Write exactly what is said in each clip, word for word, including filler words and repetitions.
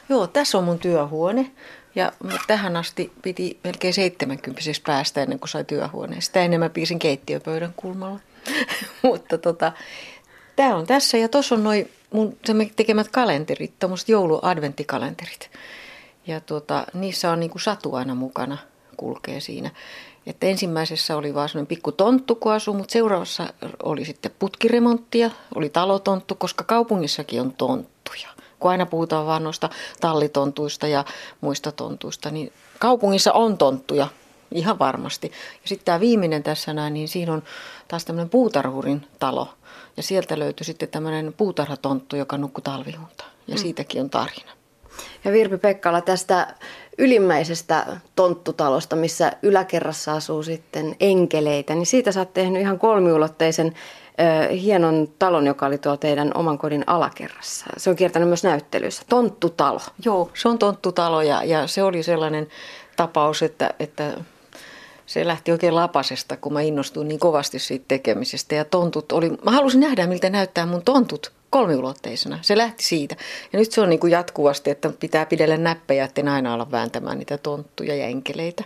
Joo, tässä on mun työhuone. Ja tähän asti piti melkein seitsemänkymppiseksi päästä ennen kuin sai työhuoneen. Sitä ennen mä piirsin keittiöpöydän kulmalla. Mutta tota, tää on tässä ja tuossa on noin mun tekemät kalenterit, tommoset jouluadventtikalenterit. Ja tuota, niissä on niinku satu aina mukana, kulkee siinä. Että ensimmäisessä oli vaan semmoinen pikku tonttu, kun asui, mutta seuraavassa oli sitten putkiremonttia, oli talotonttu, koska kaupungissakin on tonttuja. Kun aina puhutaan vaan noista tallitontuista ja muista tontuista, niin kaupungissa on tonttuja ihan varmasti. Ja sitten tämä viimeinen tässä näin, niin siinä on taas tämmöinen puutarhurin talo. Ja sieltä löytyi sitten tämmöinen puutarhatonttu, joka nukkui talviunta. Ja siitäkin on tarina. Ja Virpi Pekkala tästä ylimmäisestä tonttutalosta, missä yläkerrassa asuu sitten enkeleitä, niin siitä sä oot tehnyt ihan kolmiulotteisen ö, hienon talon, joka oli tuolla teidän oman kodin alakerrassa. Se on kiertänyt myös näyttelyissä. Tonttutalo. Joo, se on tonttutalo ja, ja se oli sellainen tapaus, että, että se lähti oikein lapasesta, kun mä innostuin niin kovasti siitä tekemisestä. Ja tontut oli, mä halusin nähdä, miltä näyttää mun tontut kolmiulotteisena. Se lähti siitä. Ja nyt se on niin kuin jatkuvasti, että pitää pidellä näppejä, etten aina ala vääntämään niitä tonttuja ja enkeleitä.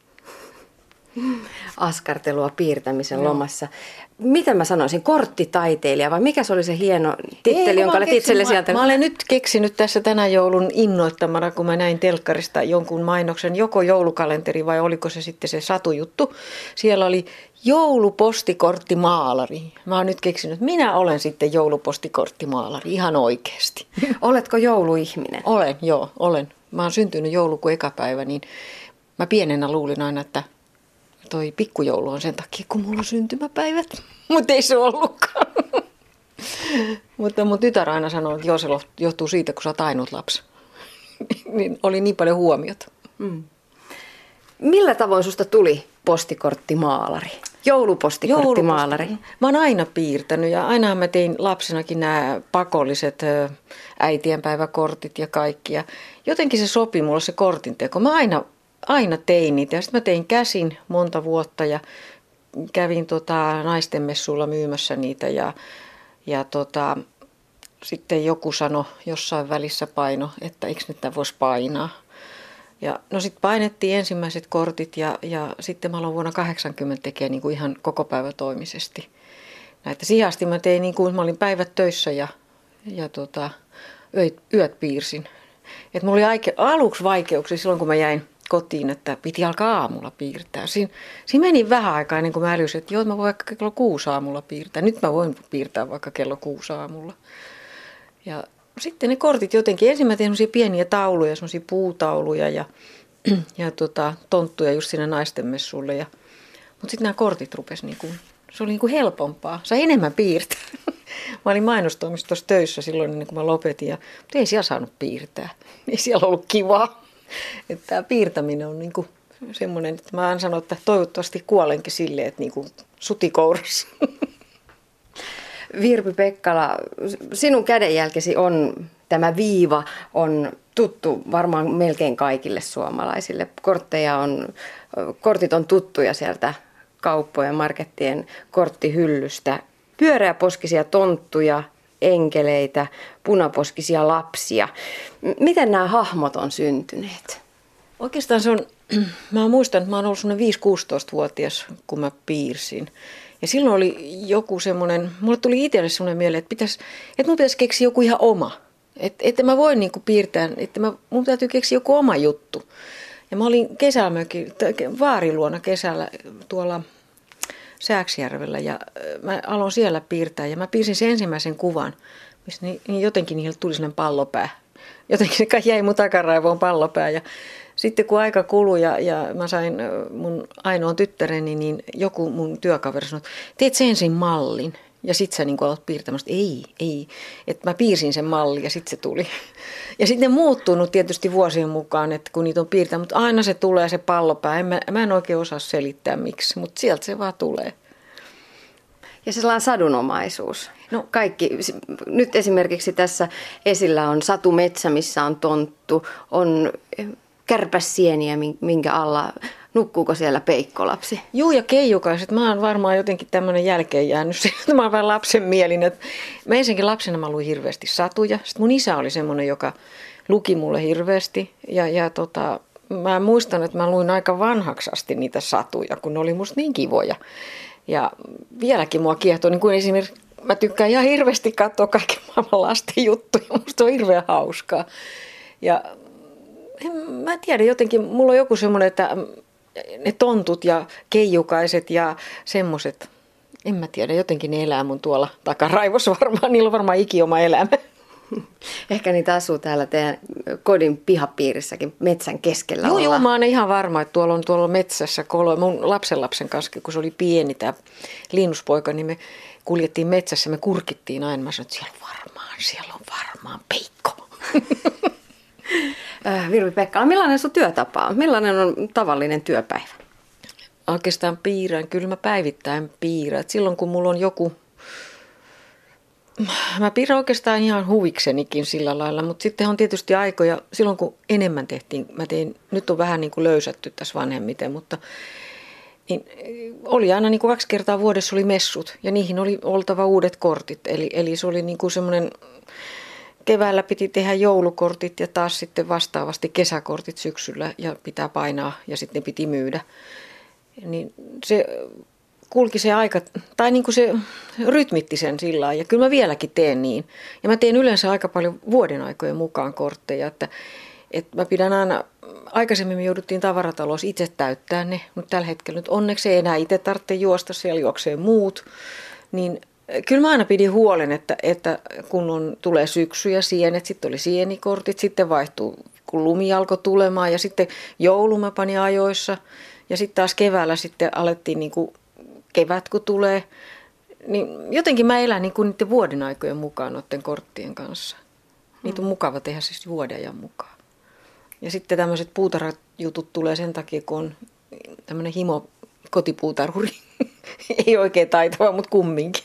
Askartelua piirtämisen Joo. lomassa. Mitä mä sanoisin, korttitaiteilija vai mikä se oli se hieno titteli, jonka olet itsellesi mä, antanut? Mä olen nyt keksinyt tässä tänä joulun innoittamana, kun mä näin telkkarista jonkun mainoksen, joko joulukalenteri vai oliko se sitten se satujuttu. Siellä oli joulupostikorttimaalari. Mä oon nyt keksinyt, että minä olen sitten joulupostikorttimaalari ihan oikeasti. Oletko jouluihminen? Olen, joo, olen. Mä oon syntynyt joulukuun eka päivä, niin mä pienenä luulin aina, että toi pikkujoulu on sen takia, kun mulla on syntymäpäivät, mutta ei se ollutkaan. Mutta mun tytär aina sanoi, että joo, se johtuu siitä, kun sä oot ainut lapsi. Niin oli niin paljon huomiota. Mm. Millä tavoin susta tuli postikorttimaalari? Joulupostikorttimaalari. Jouluposti. Mä oon aina piirtänyt ja ainahan mä tein lapsenakin nämä pakolliset äitienpäiväkortit ja kaikki. Ja jotenkin se sopi mulle se kortinteko. Mä aina Aina tein niitä ja sitten mä tein käsin monta vuotta ja kävin tota naistenmessuilla myymässä niitä ja, ja tota, sitten joku sanoi jossain välissä paino, että eikö nyt voisi painaa. Ja no sitten painettiin ensimmäiset kortit ja, ja sitten mä aloin vuonna kahdeksankymmentä tekemään niin kuin ihan kokopäivätoimisesti. Näitä siihen asti mä tein niin kuin mä olin päivät töissä ja, ja tota, yöt, yöt piirsin. Et mulla oli aike, aluksi vaikeuksia silloin kun mä jäin kotiin, että piti alkaa aamulla piirtää. Siinä, siinä meni vähän aikaa ennen kuin mä älysin, että joo, mä voin vaikka kello kuusi aamulla piirtää. Nyt mä voin piirtää vaikka kello kuusi aamulla. Ja sitten ne kortit jotenkin, ensin mä tein semmoisia pieniä tauluja, semmoisia puutauluja ja, ja tota, tonttuja just sinne naistenmessulle. Ja, mutta sitten nämä kortit rupesi niin kuin, se oli niin kuin helpompaa. Sai enemmän piirtää. Mä olin mainostoimistossa töissä silloin ennen kuin mä lopetin, ja, mutta ei siellä saanut piirtää. Ei siellä ollut kivaa. Että tämä piirtäminen on niinku semmoinen, että mä sanon, että toivottavasti kuolenkin silleen, että niinku sutikourassa. Virpi Pekkala, sinun kädenjälkesi on, tämä viiva on tuttu varmaan melkein kaikille suomalaisille. Kortteja on, kortit on tuttuja sieltä kauppojen, markettien korttihyllystä. Pyöreäposkisia tonttuja, enkeleitä, punaposkisia lapsia. Miten nämä hahmot on syntyneet? Oikeastaan se on, mä muistan, että mä oon ollut semmoinen viisi-kuusitoistavuotias, kun mä piirsin. Ja silloin oli joku semmoinen, mulle tuli itselle semmoinen mieleen, että, pitäisi, että mun pitäisi keksiä joku ihan oma. Että, että mä voin niinku piirtää, että mä, mun täytyy keksiä joku oma juttu. Ja mä olin kesämökin, vaariluona kesällä tuolla Sääksjärvellä ja mä aloin siellä piirtää ja mä piirsin sen ensimmäisen kuvan, missä niin, niin jotenkin niille tuli sellainen pallopää. Jotenkin se jäi mun takaraivoon pallopää ja sitten kun aika kului ja, ja mä sain mun ainoan tyttäreni, niin joku mun työkaveri sanoi, että teet sen ensin mallin ja sit sä niin aloit piirtämään. Ei, ei. Että mä piirsin sen mallin ja sit se tuli. Ja sitten ne muuttunut tietysti vuosien mukaan, että kun niitä on piirtänyt, mutta aina se tulee se pallopää. En mä, mä en oikein osaa selittää miksi, mutta sieltä se vaan tulee. Ja sellainen sadunomaisuus. No kaikki, nyt esimerkiksi tässä esillä on satumetsä, missä on tonttu, on kärpäsieniä, minkä alla, nukkuuko siellä peikkolapsi? Juu, ja keijukaiset. Mä oon varmaan jotenkin tämmöinen jälkeen jäänyt siinä, että mä oon vähän lapsen mielin. Mä ensinnäkin lapsena mä luin hirveästi satuja. Sitten mun isä oli semmoinen, joka luki mulle hirveästi ja, ja tota, mä muistan, että mä luin aika vanhaksi asti niitä satuja, kun ne oli musta niin kivoja. Ja vieläkin mua kiehtoo, niin kuin esimerkiksi mä tykkään ihan hirveästi katsoa kaiken maailman lasten juttuja, musta on hirveän hauskaa. Ja en, mä en tiedä, jotenkin mulla on joku semmoinen, että ne tontut ja keijukaiset ja semmoiset, en mä tiedä, jotenkin ne elää mun tuolla takaraivossa varmaan, niillä on varmaan ikioma elämä. Ehkä niitä asuu täällä teidän kodin pihapiirissäkin metsän keskellä. Joo, joo, mä oon ihan varma, että tuolla on tuolla metsässä kolo. Mun lapsenlapsen kanssa, kun se oli pieni tämä linnuspoika, niin me kuljettiin metsässä, me kurkittiin aina. Mä sanoin, että siellä on varmaan, siellä on varmaan peikko. Virpi-Pekkala, millainen sun työtapa on? Millainen on tavallinen työpäivä? Oikeastaan piirrän, kyllä mä päivittäin piirrän. Et silloin kun mulla on joku, mä piirrän oikeastaan ihan huviksenikin sillä lailla, mutta sitten on tietysti aikoja, silloin kun enemmän tehtiin, mä tein, nyt on vähän niin kuin löysätty tässä vanhemmiten, mutta niin oli aina niin kuin kaksi kertaa vuodessa oli messut ja niihin oli oltava uudet kortit. Eli, eli se oli niin kuin semmoinen, keväällä piti tehdä joulukortit ja taas sitten vastaavasti kesäkortit syksyllä ja pitää painaa ja sitten ne piti myydä. Niin se kulki se aika, tai niin kuin se rytmitti sen sillä lailla, ja kyllä mä vieläkin teen niin. Ja mä teen yleensä aika paljon vuoden aikojen mukaan kortteja, että, että mä pidän aina, aikaisemmin me jouduttiin tavaratalossa itse täyttää ne, mutta tällä hetkellä nyt onneksi ei enää itse tarvitse juosta, siellä juoksee muut, niin kyllä mä aina pidin huolen, että, että kun on, tulee syksy ja sienet, sitten oli sienikortit, sitten vaihtuu, kun lumi alkoi tulemaan ja sitten joulu mä panin ajoissa ja sitten taas keväällä sitten alettiin niin kuin kevät kun tulee, niin jotenkin mä elän niin kuin niiden vuoden aikojen mukaan noiden korttien kanssa. Niitä on mukava tehdä siis vuoden ajan mukaan. Ja sitten tämmöiset puutarhajutut tulee sen takia, kun on tämmöinen himo kotipuutarhuri. Ei oikein taitava, mutta kumminkin.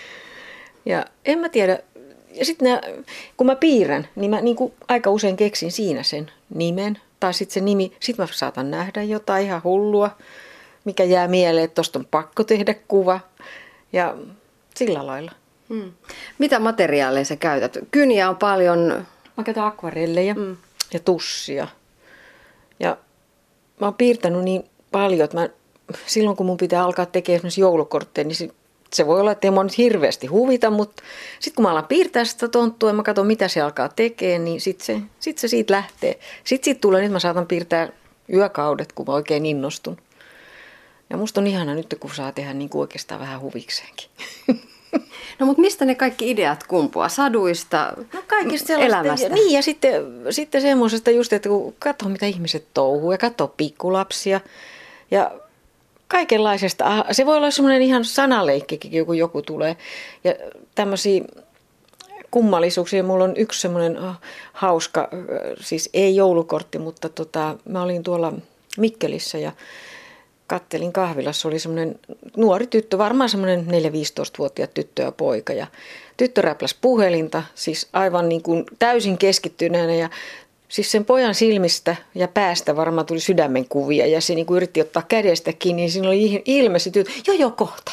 Ja en mä tiedä, ja sitten kun mä piirrän, niin mä niin kuin aika usein keksin siinä sen nimen. Tai sitten se nimi, sitten mä saatan nähdä jotain ihan hullua, mikä jää mieleen, että tosta on pakko tehdä kuva. Ja sillä lailla. Hmm. Mitä materiaaleja sä käytät? Kyniä on paljon. Mä käytän akvarelleja mm. ja tussia. Ja mä oon piirtänyt niin paljon, että mä, silloin kun mun pitää alkaa tekemään esimerkiksi joulukortteja, niin se, se voi olla, että ei mua nyt hirveästi huvita, mutta sitten kun mä alan piirtää sitä tonttua ja mä katson, mitä se alkaa tekemään, niin sitten se, sit se siitä lähtee. Sitten siitä tulee, nyt mä saatan piirtää yökaudet, kun mä oikein innostun. Ja musta on ihana nyt, kun saa tehdä niin kuin oikeastaan vähän huvikseenkin. No mutta mistä ne kaikki ideat kumpuaa? Saduista, no kaikista elämästä? Niin ja sitten, sitten semmoisesta just, että kun katsoo mitä ihmiset touhuu ja katsoo pikkulapsia ja kaikenlaisesta. Se voi olla semmoinen ihan sanaleikkikin, kun joku tulee. Ja tämmöisiä kummallisuuksia. Mulla on yksi semmoinen hauska, siis ei joulukortti, mutta tota, mä olin tuolla Mikkelissä ja kattelin kahvilassa, oli semmoinen nuori tyttö, varmaan semmoinen neljä-viisitoistavuotiaat tyttö ja poika. Ja tyttö räpläsi puhelinta, siis aivan niin kuin täysin keskittyneenä ja siis sen pojan silmistä ja päästä varmaan tuli sydämenkuvia ja se niin kuin yritti ottaa kädestä kiinni, niin siinä oli ilme se tyttö, joo joo kohta,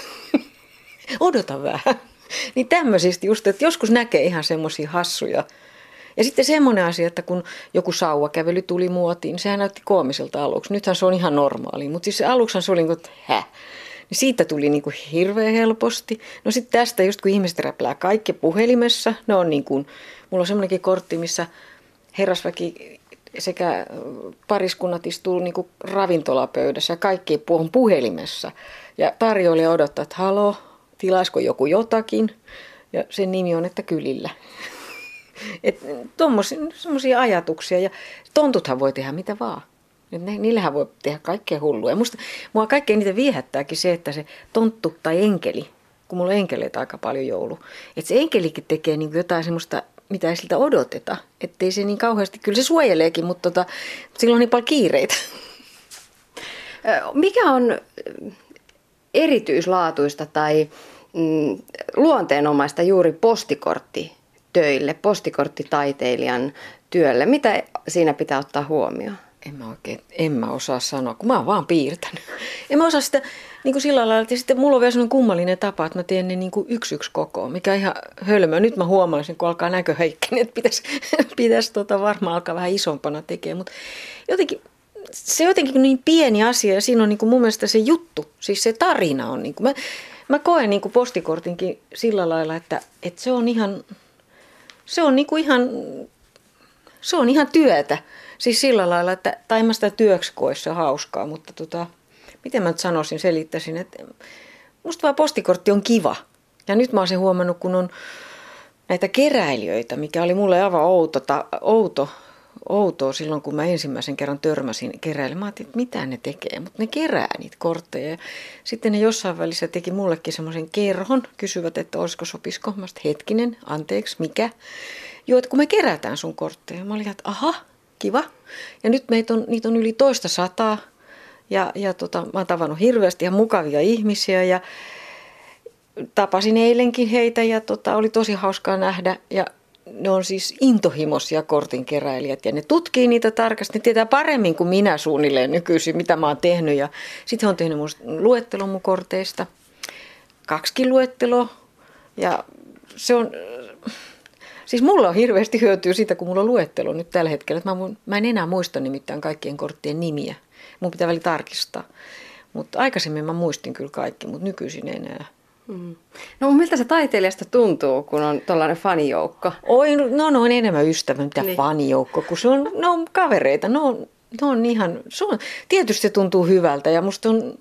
odota vähän. Niin tämmöisistä just, että joskus näkee ihan semmoisia hassuja. Ja sitten semmoinen asia, että kun joku sauvakävely tuli muotiin, niin sehän näytti koomiselta aluksi. Nythän se on ihan normaali, mutta siis aluksi se oli niin kuin, että häh. Niin siitä tuli niin kuin hirveän helposti. No sitten tästä, just kun ihmiset räplää kaikki puhelimessa, ne on niin kuin, mulla on semmoinenkin kortti, missä herrasväki sekä pariskunnat istuu niin kuin ravintolapöydässä ja kaikki on puhelimessa. Ja tarjoilija odottaa, että haloo, tilaisiko joku jotakin. Ja sen nimi on, että kylillä. Että semmoisia ajatuksia ja tontuthan voi tehdä mitä vaan. Ne, niillähän voi tehdä kaikkea hullua. Ja musta mua kaikkein niitä viehättääkin se, että se tonttu tai enkeli, kun mulla on enkeleitä aika paljon joulu, että se enkelikin tekee niin jotain semmoista, mitä ei siltä odoteta. Ettei se niin kauheasti, kyllä se suojeleekin, mutta tota, silloin on niin paljon kiireitä. Mikä on erityislaatuista tai mm, luonteenomaista juuri postikortti töille, postikorttitaiteilijan työlle? Mitä siinä pitää ottaa huomioon? En mä oikein, en mä osaa sanoa, kun mä oon vaan piirtänyt. En mä osaa sitä, niin kuin sillä lailla, että sitten mulla on vielä sellainen kummallinen tapa, että mä teen ne niin kuin yksi yksi kokoon, mikä on ihan hölmöä. Nyt mä huomaan sen, kun alkaa näkö heikkeni, että pitäisi, pitäisi tota varmaan alkaa vähän isompana tekemään. Mutta jotenkin, se jotenkin niin pieni asia ja siinä on niin kuin mun mielestä se juttu, siis se tarina on. Niin kuin, mä, mä koen niin kuin postikortinkin sillä lailla, että, että se on ihan, se on niin kuin ihan, se on ihan työtä. Siis sillä lailla, että, tai en mä sitä työksi koe, se on hauskaa, mutta tota, miten mä nyt sanoisin, selittäisin, että musta vaan postikortti on kiva. Ja nyt mä oon sen huomannut, kun on näitä keräilijöitä, mikä oli mulle aivan outo, ta, outo, outoa silloin, kun mä ensimmäisen kerran törmäsin keräilemään. Mä ajattelin, että mitä ne tekee, mutta ne kerää niitä kortteja. Ja sitten ne jossain välissä teki mullekin semmoisen kerhon, kysyvät, että olisiko sopisiko. Mä sanoin, hetkinen, anteeksi, mikä? Joo, että kun me kerätään sun kortteja. Mä olin, että aha, kiva. Ja nyt meitä on, niitä on yli toista sataa. Ja, ja tota, mä oon tavannut hirveästi ihan mukavia ihmisiä ja tapasin eilenkin heitä ja tota, oli tosi hauskaa nähdä. Ja ne on siis intohimoisia kortinkeräilijät ja ne tutkii niitä tarkasti. Ne tietää paremmin kuin minä suunnilleen nykyisin, mitä mä oon tehnyt. Ja sitten he on tehnyt mun luettelon mun korteista. Kaksikin luetteloa. Ja se on... Siis mulla on hirveästi hyötyä siitä, kun mulla on luettelo nyt tällä hetkellä. Mä, mun, mä en enää muista nimittäin kaikkien korttien nimiä. Mun pitää väli tarkistaa. Mutta aikaisemmin mä muistin kyllä kaikki, mutta nykyisin enää. Mm. No miltä se taiteilijasta tuntuu, kun on tollainen fanijoukko? Oi, no, no on enemmän ystävä, mitä niin. Fanijoukko, kun se on, ne on kavereita. Ne on, ne on ihan, se on, tietysti se tuntuu hyvältä ja musta on,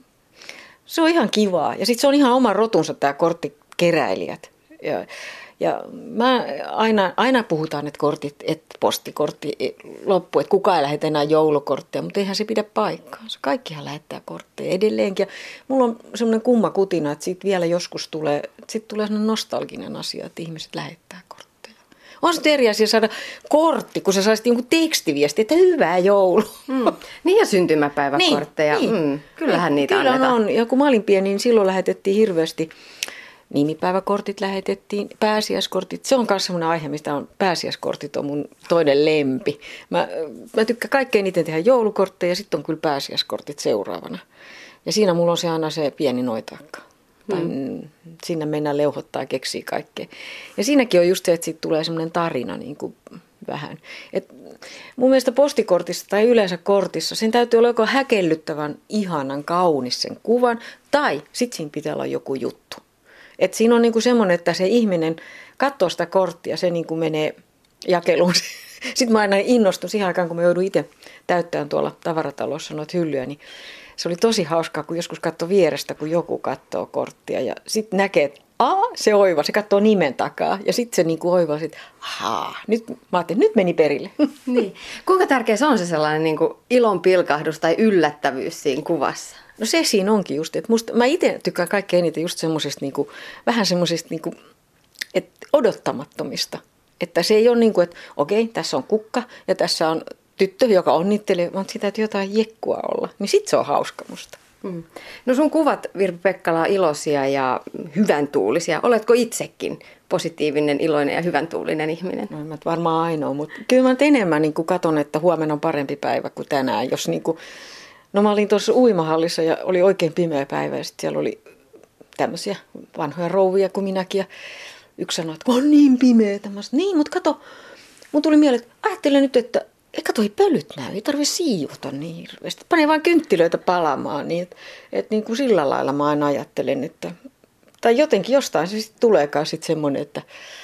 se on ihan kivaa. Ja sitten se on ihan oma rotunsa tämä korttikeräilijät. Ja, Ja mä aina, aina puhutaan, että kortit, että postikortti loppu, että kukaan ei lähetä enää joulukortteja, mutta eihän se pidä paikkaansa. Kaikkihan lähettää kortteja edelleenkin. Ja mulla on semmoinen kumma kutina, että siitä vielä joskus tulee, sit tulee semmoinen nostalginen asia, että ihmiset lähettää kortteja. On se eri asia saada kortti, kun sä saisit jonkun tekstiviesti, että hyvää joulua. Mm. Niin ja syntymäpäiväkortteja. Niin, mm. Kyllähän niin, niitä kyllä annetaan. on. Ja kun mä olin pieni, niin silloin lähetettiin hirveästi. Nimipäiväkortit lähetettiin, pääsiäiskortit. Se on myös sellainen aihe, mistä on pääsiäiskortit on mun toinen lempi. Mä, mä tykkään kaikkein eniten tehdä joulukortteja ja sitten on kyllä pääsiäiskortit seuraavana. Ja siinä mulla on se aina se pieni noitakka. Mm. Siinä mennään leuhottaa ja keksii kaikkea. Ja siinäkin on just se, että siitä tulee semmoinen tarina niin kuin vähän. Et mun mielestä postikortissa tai yleensä kortissa sen täytyy olla joko häkellyttävän ihanan kaunis sen kuvan tai sitten siinä pitää olla joku juttu. Et siinä on niinku semmoinen, että se ihminen katsoo sitä korttia, se niinku menee jakeluun. Sitten mä aina innostun siihen aikaan, kun mä joudun itse täyttämään tuolla tavaratalossa noita hyllyjä, niin se oli tosi hauskaa, kun joskus katsoi vierestä, kun joku katsoo korttia ja sitten näkee, että aa, se oiva, se katsoo nimen takaa ja sitten se niinku oivasi, että ahaa, nyt, mä ajattelin, nyt meni perille. Niin. Kuinka tärkeä se on se sellainen niinku ilon pilkahdus tai yllättävyys siinä kuvassa? No se siinä onkin just, että musta, mä itse tykkään kaikkein eniten just semmoisesta niinku, vähän semmoisesta niinku, että odottamattomista. Että se ei ole niin kuin, että okei, tässä on kukka ja tässä on tyttö, joka onnittelee, vaan siitä täytyy jotain jekkua olla. Niin sit se on hauska musta. Hmm. No sun kuvat, Virpi Pekkala, on iloisia ja hyväntuulisia. Oletko itsekin positiivinen, iloinen ja hyväntuulinen ihminen? No en mä varmaan ainoa, mutta kyllä mä enemmän niin kuin katon, että huomenna on parempi päivä kuin tänään. Jos niin kuin, no mä olin tuossa uimahallissa ja oli oikein pimeä päivä ja sitten siellä oli tämmöisiä vanhoja rouvia kuin minäkin ja yksi sanoi, että on niin pimeä. Tämmöistä. Niin, mutta kato, mun tuli mieleen, että ajattelen nyt, että eikä toi pölyt näy, ei tarvitse siivota niin hirveästi. Pane vaan kynttilöitä palamaan, niin että, että niin kuin sillä lailla mä aina ajattelen, että, tai jotenkin jostain se sitten tuleekaan sitten semmoinen, että,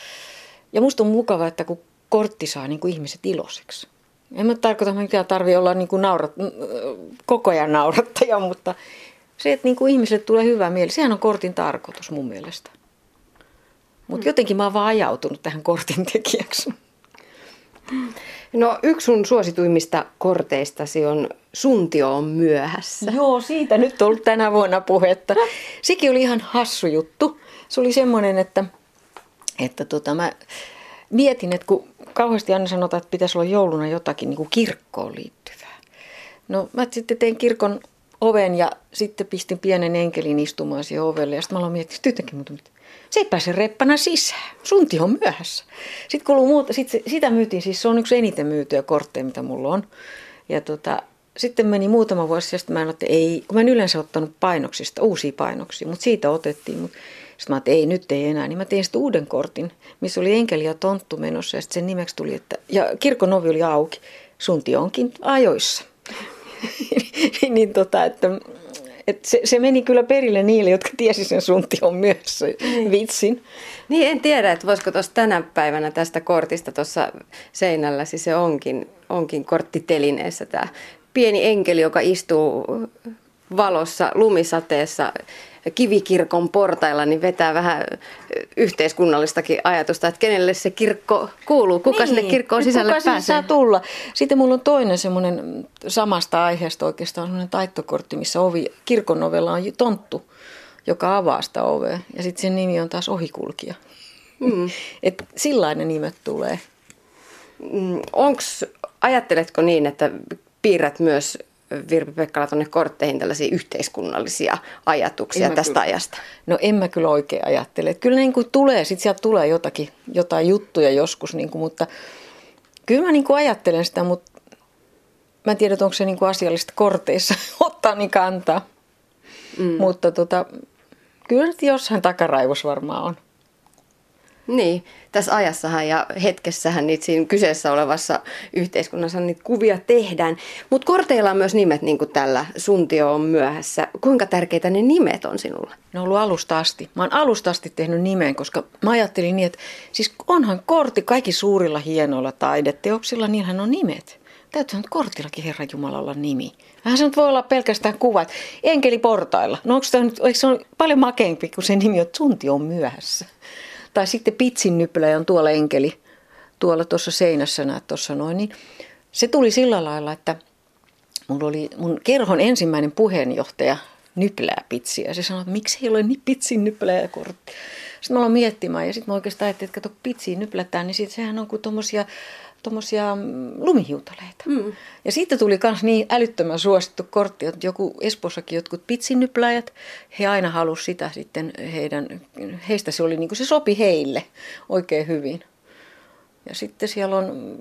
ja musta on mukava, että kun kortti saa niin kuin ihmiset iloiseksi. En mä tarkoita, että mitään tarvitse olla niin kuin naurat, koko ajan naurattaja, mutta se, että niin kuin ihmisille tulee hyvä mieli, sehän on kortin tarkoitus mun mielestä. Mutta jotenkin mä oon vaan ajautunut tähän kortin tekijäksi. No yksi sun suosituimmista korteistasi on Suntio on myöhässä. Joo, siitä nyt on ollut tänä vuonna puhetta. Sekin oli ihan hassu juttu. Se oli semmoinen, että, että tota, mä mietin, että kun kauheasti aina sanotaan, että pitäisi olla jouluna jotakin niin kuin kirkkoon liittyvää. No mä sitten tein kirkon oven ja sitten pistin pienen enkelin istumaan siihen ovelle. Ja sitten mä aloin miettiä, että yhtäkkiä muuta mitään. Se ei pääse reppana sisään. Suntio on myöhässä. Sitten kun muuta, sit, sitä myytiin, siis se on yksi eniten myytyjä kortteja, mitä mulla on. Ja tota, sitten meni muutama vuosi ja sitten mä en että ei, kun mä en yleensä ottanut painoksista, uusia painoksia, mutta siitä otettiin. Mutta sitten mä että ei, nyt ei enää. Niin mä tein sitten uuden kortin, missä oli enkeli ja tonttu menossa ja sitten sen nimeksi tuli, että, ja kirkon ovi oli auki. Sunti onkin ajoissa. niin tota, että, että se, se meni kyllä perille niille, jotka tiesi sen sunti on myös vitsin. Niin en tiedä, että voisiko tuossa tänä päivänä tästä kortista tuossa seinällä, siis se onkin, onkin korttitelineessä tämä pieni enkeli, joka istuu valossa, lumisateessa, kivikirkon portailla, niin vetää vähän yhteiskunnallistakin ajatusta, että kenelle se kirkko kuuluu, kuka niin, sinne kirkkoon sisälle kuka pääsee. Saa tulla. Sitten mulla on toinen semmoinen samasta aiheesta oikeastaan semmoinen taittokortti, missä ovi, kirkon ovella on tonttu, joka avaa sitä ovea. Ja sitten sen nimi on taas ohikulkija. Mm. Että sillainen nimet tulee. Mm, onks, ajatteletko niin, että piirrät myös Virpi Pekkala tuonne kortteihin tällaisia yhteiskunnallisia ajatuksia tästä kyllä, ajasta? No en mä kyllä oikein ajattele. Kyllä niin kuin tulee, sitten sieltä tulee jotakin, jotain juttuja joskus, niin kuin, mutta kyllä mä niin kuin ajattelen sitä, mutta mä en tiedä, onko se niin kuin asiallista korteissa ottaa niin kantaa. Mm. Mutta tota, kyllä nyt jossain takaraivossa varmaan on. Niin, tässä ajassahan ja hetkessähän niitä siinä kyseessä olevassa yhteiskunnassa niitä kuvia tehdään. Mutta korteilla on myös nimet, niin kuin tällä Suntio on myöhässä. Kuinka tärkeitä ne nimet on sinulle? Ne on ollut alusta asti. Mä oon alusta asti tehnyt nimen, koska mä ajattelin niin, että siis onhan kortti kaikki suurilla hienoilla taideteoksilla, niinhän on nimet. Täytyyhän nyt kortillakin Herran Jumala olla nimi. Vähän se nyt voi olla pelkästään kuvat. Enkeli portailla. No onko tämä nyt, eikö se ole paljon makeampi, kun se nimi on Suntio on myöhässä? Tai sitten pitsin nyppylä on tuolla enkeli, tuolla tuossa seinässä näet tuossa noin. Niin se tuli sillä lailla, että mulla oli mun kerhon ensimmäinen puheenjohtaja nyplää pitsiä. Ja se sanoi, että miksi ei ole niin pitsin nyppylää kortti. Sitten mä aloin miettimään ja sitten mä oikeastaan ajattelin, että kato pitsiin nyplätään, niin siitä sehän on kuin tommosia, tommosia lumihiutaleita. Mm. Ja siitä tuli myös niin älyttömän suosittu kortti, että joku Espoossakin jotkut pitsinnypläjät, he aina halusivat sitä sitten heidän, heistä se oli niin kuin se sopi heille oikein hyvin. Ja sitten siellä on,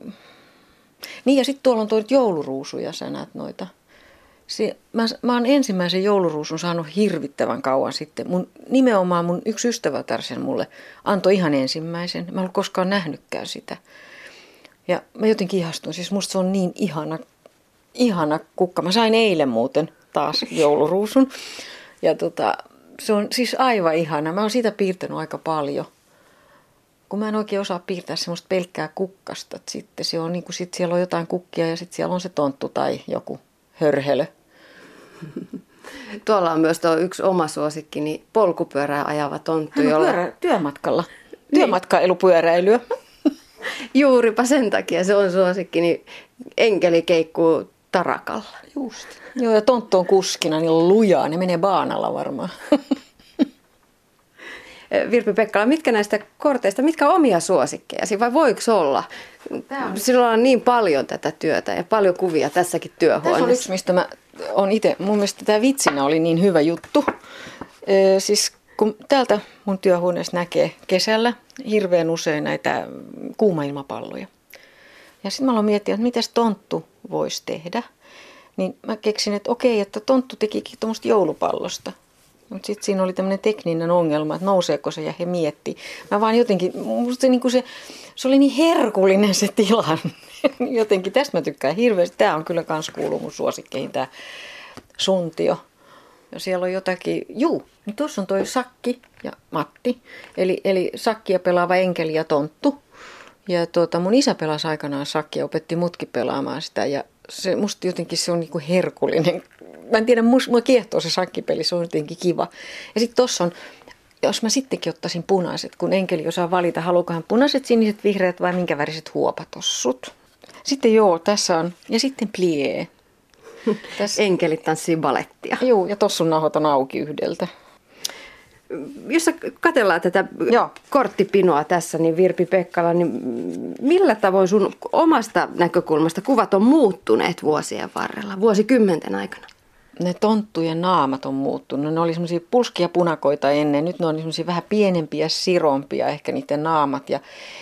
niin ja sitten tuolla on tuo jouluruusuja, sä näet noita. Se, mä, mä oon ensimmäisen jouluruusun saanut hirvittävän kauan sitten. Mun, nimenomaan mun yksi ystävätär sen mulle antoi ihan ensimmäisen. Mä en ollut koskaan nähnytkään sitä. Ja mä jotenkin ihastuin. Siis musta se on niin ihana, ihana kukka. Mä sain eilen muuten taas jouluruusun. Ja tota, se on siis aivan ihana. Mä oon siitä piirtänyt aika paljon. Kun mä en oikein osaa piirtää semmoista pelkkää kukkasta. Et sitten se on niin kuin sit siellä on jotain kukkia ja sitten siellä on se tonttu tai joku hörhelö. Tuolla on myös tuo yksi oma suosikki, niin polkupyörää ajava tonttu. Jolla... Pyörä, työmatkalla. Työmatkailupyöräilyä. Juuripa sen takia se on suosikki, niin enkeli keikkuu tarakalla. Just. Joo, ja tonttu on kuskina, niin lujaa. Ne menee baanalla varmaan. Virpi Pekkala, mitkä näistä korteista, mitkä on omia suosikkejasi vai voiko olla? Sinulla on niin paljon tätä työtä ja paljon kuvia tässäkin työhuoneessa. Tässä on yksi, mistä mä on itse, mun mielestä tämä vitsinä oli niin hyvä juttu. Ee, siis kun täältä mun työhuoneessa näkee kesällä hirveän usein näitä kuumailmapalloja. Ja sitten mä aloin miettiä, että mitäs tonttu voisi tehdä. Niin mä keksin, että okei, että tonttu tekikin tuommoista joulupallosta. Mutta sitten siinä oli tämmöinen tekninen ongelma, että nouseeko se ja he miettii. Mä vaan jotenkin, musta se, niin se, se oli niin herkullinen se tilanne. Jotenkin tästä mä tykkään hirveästi. Tämä on kyllä kans kuuluu mun suosikkeihin, tämä Suntio. Ja siellä on jotakin, juu, niin tuossa on toi Sakki ja Matti. Eli, eli Sakkia pelaava enkeli ja tonttu. Ja tuota, mun isä pelasi aikanaan Sakkia, opetti mutkin pelaamaan sitä. Ja se, musta jotenkin se on niinku herkullinen. Mä en tiedä, mua kiehtoo se sakkipeli, se on jotenkin kiva. Ja sitten tossa on, jos mä sittenkin ottaisin punaiset, kun enkeli osaa valita, haluukohan punaiset, siniset, vihreät vai minkä väriset huopatossut. Sitten joo, tässä on, ja sitten plie. Tässä. Enkelit tanssii balettia. Joo, ja tossun nahot on auki yhdeltä. Jos katsellaan tätä Joo. korttipinoa tässä, niin Virpi Pekkala, niin millä tavoin sun omasta näkökulmasta kuvat on muuttuneet vuosien varrella, vuosikymmenten aikana? Ne tonttujen naamat on muuttunut. Ne oli semmoisia pulskia punakoita ennen. Nyt ne on semmoisia vähän pienempiä, sirompia ehkä niiden naamat. Ja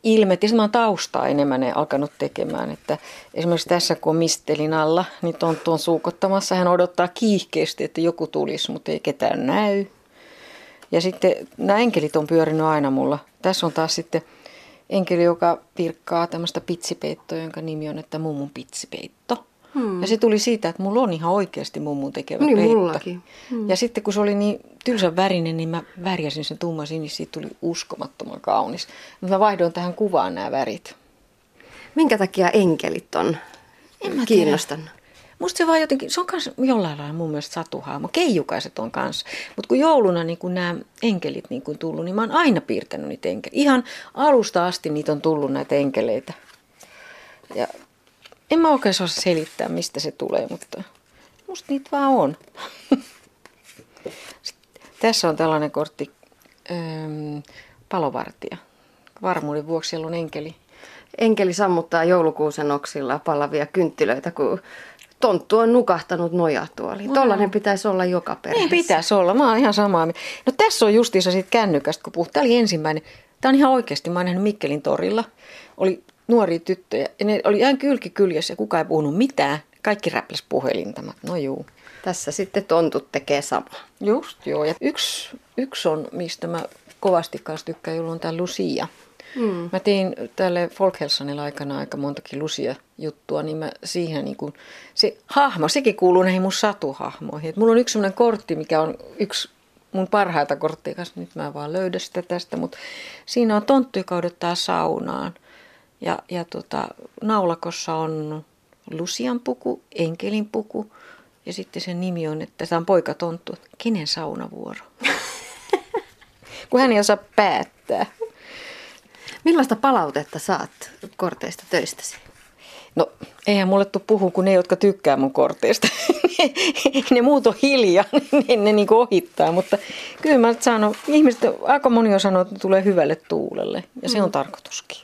ilmet ja sitten mä oon taustaa enemmän alkanut tekemään. Että esimerkiksi tässä kun on mistelin alla, niin tonttu on suukottamassa. Hän odottaa kiihkeästi, että joku tulisi, mutta ei ketään näy. Ja sitten nämä enkelit on pyörinyt aina mulla. Tässä on taas sitten enkeli, joka virkkaa tämmöistä pitsipeittoa, jonka nimi on, että mummun pitsipeitto. Hmm. Ja se tuli siitä, että mulla on ihan oikeasti mummun tekevä niin, peitto. Mullakin. Hmm. Ja sitten kun se oli niin tylsän värinen, niin mä värjäsin sen tumman sinistä, siitä tuli uskomattoman kaunis. Mutta mä vaihdoin tähän kuvaan nämä värit. Minkä takia enkelit on kiinnostanut? Musta se vaan jotenkin, se on kans jollain lailla mun mielestä satuhaamo. Keijukaiset on kanssa. Mutta kun jouluna niin kun nämä enkelit niin kun tullut, niin mä oon aina piirtänyt niitä enkeleitä. Ihan alusta asti niitä on tullut näitä enkeleitä. Ja en mä oikein saa selittää, mistä se tulee, mutta musta niitä vaan on. Tässä on tällainen kortti, ähm, palovartija. Varmuuden vuoksi siellä on enkeli. Enkeli sammuttaa joulukuusen oksilla palavia kynttilöitä, kun tonttu on nukahtanut nojatuoliin. No. Tollainen pitäisi olla joka perheessä. Niin pitäisi olla, mä oon ihan samaa. No tässä on justiinsa siitä kännykästä, kun puhut. Tämä oli ensimmäinen. Tämä on ihan oikeasti, mä oon nähnyt Mikkelin torilla. Oli nuoria tyttöjä ja ne oli ihan kylki kyljessä ja kukaan ei puhunut mitään. Kaikki räpläs puhelinta. No juu. Tässä sitten tontut tekee samaa. Just joo. Ja yksi, yksi on, mistä mä kovasti kanssa tykkään, jolla on tämä Lucia. Mm. Mä tein tälle Folkhälsanilla aikana aika montakin Lucia-juttua, niin mä siihen niin kuin, se hahmo, sekin kuuluu näihin mun satuhahmoihin. Et mulla on yksi sellainen kortti, mikä on yksi mun parhaita kortteja kanssa, nyt mä vaan löydän sitä tästä, mutta siinä on tonttu, joka odottaa saunaan. Ja, ja tota, naulakossa on Lucian puku, enkelin puku ja sitten sen nimi on, että tämä on poikatonttu. Kenen saunavuoro? Kun hän ei osaa päättää. Millaista palautetta saat korteista töistäsi? No eihän mulle tule puhua kuin ne, jotka tykkää mun korteista. Ne muut on hiljaa, ne, ne niin kuin ohittaa, mutta kyllä mä sanon, ihmiset, aika moni on sanonut, että ne tulee hyvälle tuulelle ja se on mm. tarkoituskin.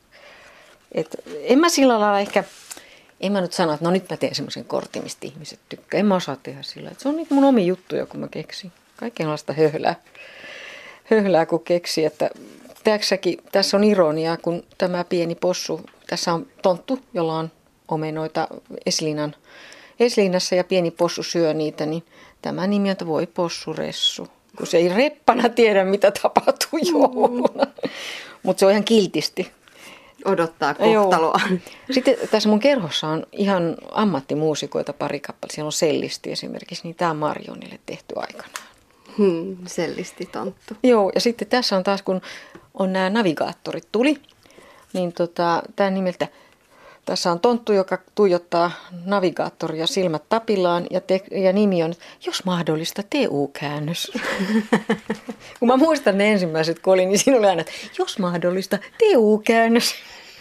Et en mä sillä lailla ehkä, en mä nyt sano, että no nyt mä teen semmoisen kortin, mistä ihmiset tykkää. En mä osaa tehdä sillä. Et se on niitä mun omia juttuja, kun mä keksin. Kaikenlaista höhlää, höhlää kun keksin. Että tässäkin, tässä on ironiaa, kun tämä pieni possu, tässä on tonttu, jolla on omenoita Esliinan, Esliinassa ja pieni possu syö niitä, niin tämä nimi on, että voi possuressu. Kun se ei reppana tiedä, mitä tapahtuu jouluna. Mm. Mutta se on ihan kiltisti. Odottaa kohtaloa. Joo. Sitten tässä mun kerhossa on ihan ammattimuusikoita pari kappaletta. Siellä on sellisti esimerkiksi, niin tämä on Marionille tehty aikanaan. Hmm, sellisti tonttu. Joo, ja sitten tässä on taas, kun on nämä navigaattorit tuli, niin tota, tämä nimeltä, tässä on tonttu, joka tuijottaa navigaattoria silmät tapillaan ja, te, ja nimi on, jos mahdollista, T U-käännös. Kun mä muistan ne ensimmäiset, kun oli, niin siinä oli aina, että jos mahdollista, T U-käännös.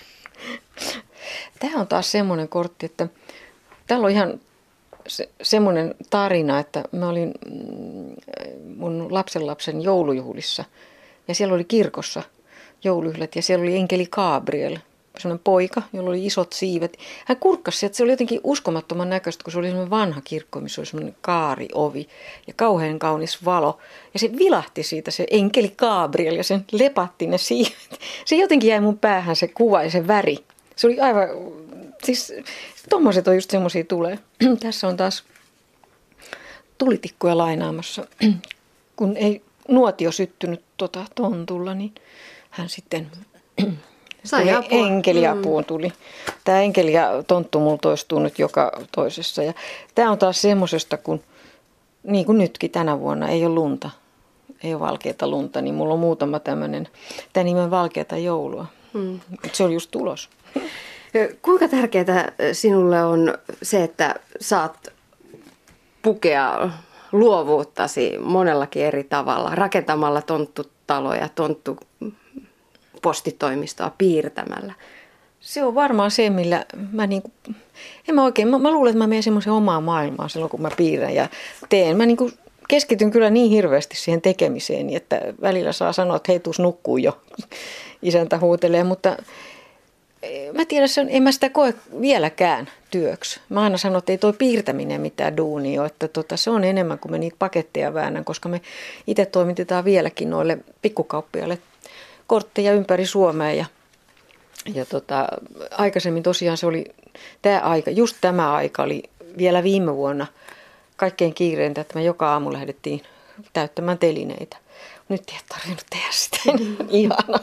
Tämä on taas semmoinen kortti, että täällä on ihan se, semmoinen tarina, että mä olin mun lapsenlapsen joulujuhlissa ja siellä oli kirkossa joulujuhlat ja siellä oli enkeli Gabriel. Sellainen poika, jolla oli isot siivet. Hän kurkkasi sieltä, se oli jotenkin uskomattoman näköistä, kun se oli sellainen vanha kirkko, missä oli sellainen kaariovi ja kauhean kaunis valo. Ja se vilahti siitä, se enkeli Gabriel, ja sen lepatti ne siivet. Se jotenkin jäi mun päähän se kuva ja se väri. Se oli aivan, siis tommoset on just semmosia tulee. Tässä on taas tulitikkuja lainaamassa. Kun ei nuotio syttynyt tota tontulla, niin hän sitten... Enkeliapuun tuli. Tämä enkeli ja tonttu mulla toistuu nyt joka toisessa. Ja tämä on taas semmoisesta, kun niin kuin nytkin tänä vuonna ei ole lunta, ei ole valkeata lunta, niin mulla on muutama tämmöinen, tämä nimi on valkeata joulua. Hmm. Se on just tulos. Kuinka tärkeää sinulle on se, että saat pukea luovuuttasi monellakin eri tavalla, rakentamalla tonttutaloja, tonttu postitoimistoa piirtämällä? Se on varmaan se, millä mä niinku, en mä oikein, mä, mä luulen, että mä menen semmoisen omaan maailmaan silloin, kun mä piirrän ja teen. Mä niinku keskityn kyllä niin hirveästi siihen tekemiseen, että välillä saa sanoa, että hei, tuus nukkuu jo, isäntä huutelee, mutta mä tiedän, en mä sitä koe vieläkään työksi. Mä aina sanon, että ei toi piirtäminen mitään duunia, että tota, se on enemmän kuin me niitä paketteja väännän, koska me itse toimitetaan vieläkin noille pikkukauppiaille kortteja ympäri Suomea ja Ja tota, aikaisemmin tosiaan se oli, tämä aika, just tämä aika oli vielä viime vuonna kaikkein kiireintä, että me joka aamu lähdettiin täyttämään telineitä. Nyt ei tarvinnut tehdä sitä. Ihana.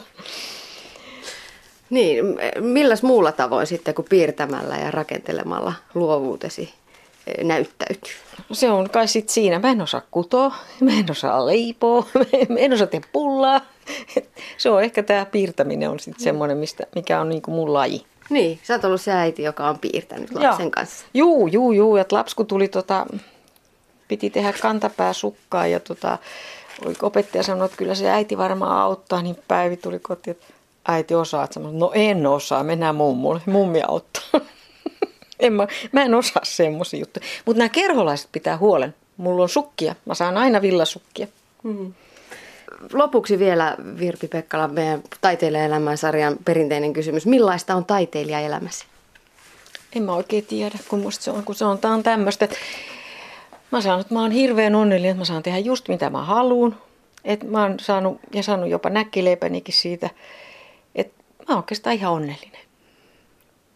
Niin, milläs muulla tavoin sitten kuin piirtämällä ja rakentelemalla luovuutesi näyttäytyy? Se on kai sitten siinä. Mä en osaa kutoa, mä en osaa leipoa, mä en osaa tehdä pullaa. Se on ehkä tämä piirtäminen on sitten semmoinen, mistä, mikä on niinku mun laji. Niin, sä oot ollut se äiti, joka on piirtänyt lapsen Joo. kanssa. Juu, juu, juu. Että lapsi kun tuli, tota, piti tehdä kantapääsukkaa ja tota, opettaja sanoi, että kyllä se äiti varmaan auttaa, niin Päivi tuli kotiin, että äiti osaat. Sanoin, no en osaa, mennään mummulle, mummi auttaa. en mä, mä en osaa semmoisia juttuja. Mutta nämä kerholaiset pitää huolen. Mulla on sukkia, mä saan aina villasukkia. Hmm. Lopuksi vielä Virpi Pekkala, meidän Taiteilijaelämän sarjan perinteinen kysymys. Millaista on taiteilijaelämäsi? En mä oikein tiedä, kun musta se on, kun se on, tää on tämmöistä. Mä sanon, että mä oon hirveän onnellinen, että mä saan tehdä just mitä mä haluun. Että mä oon saanut, ja saanut jopa näkkileipänikin siitä, että mä oon oikeastaan ihan onnellinen.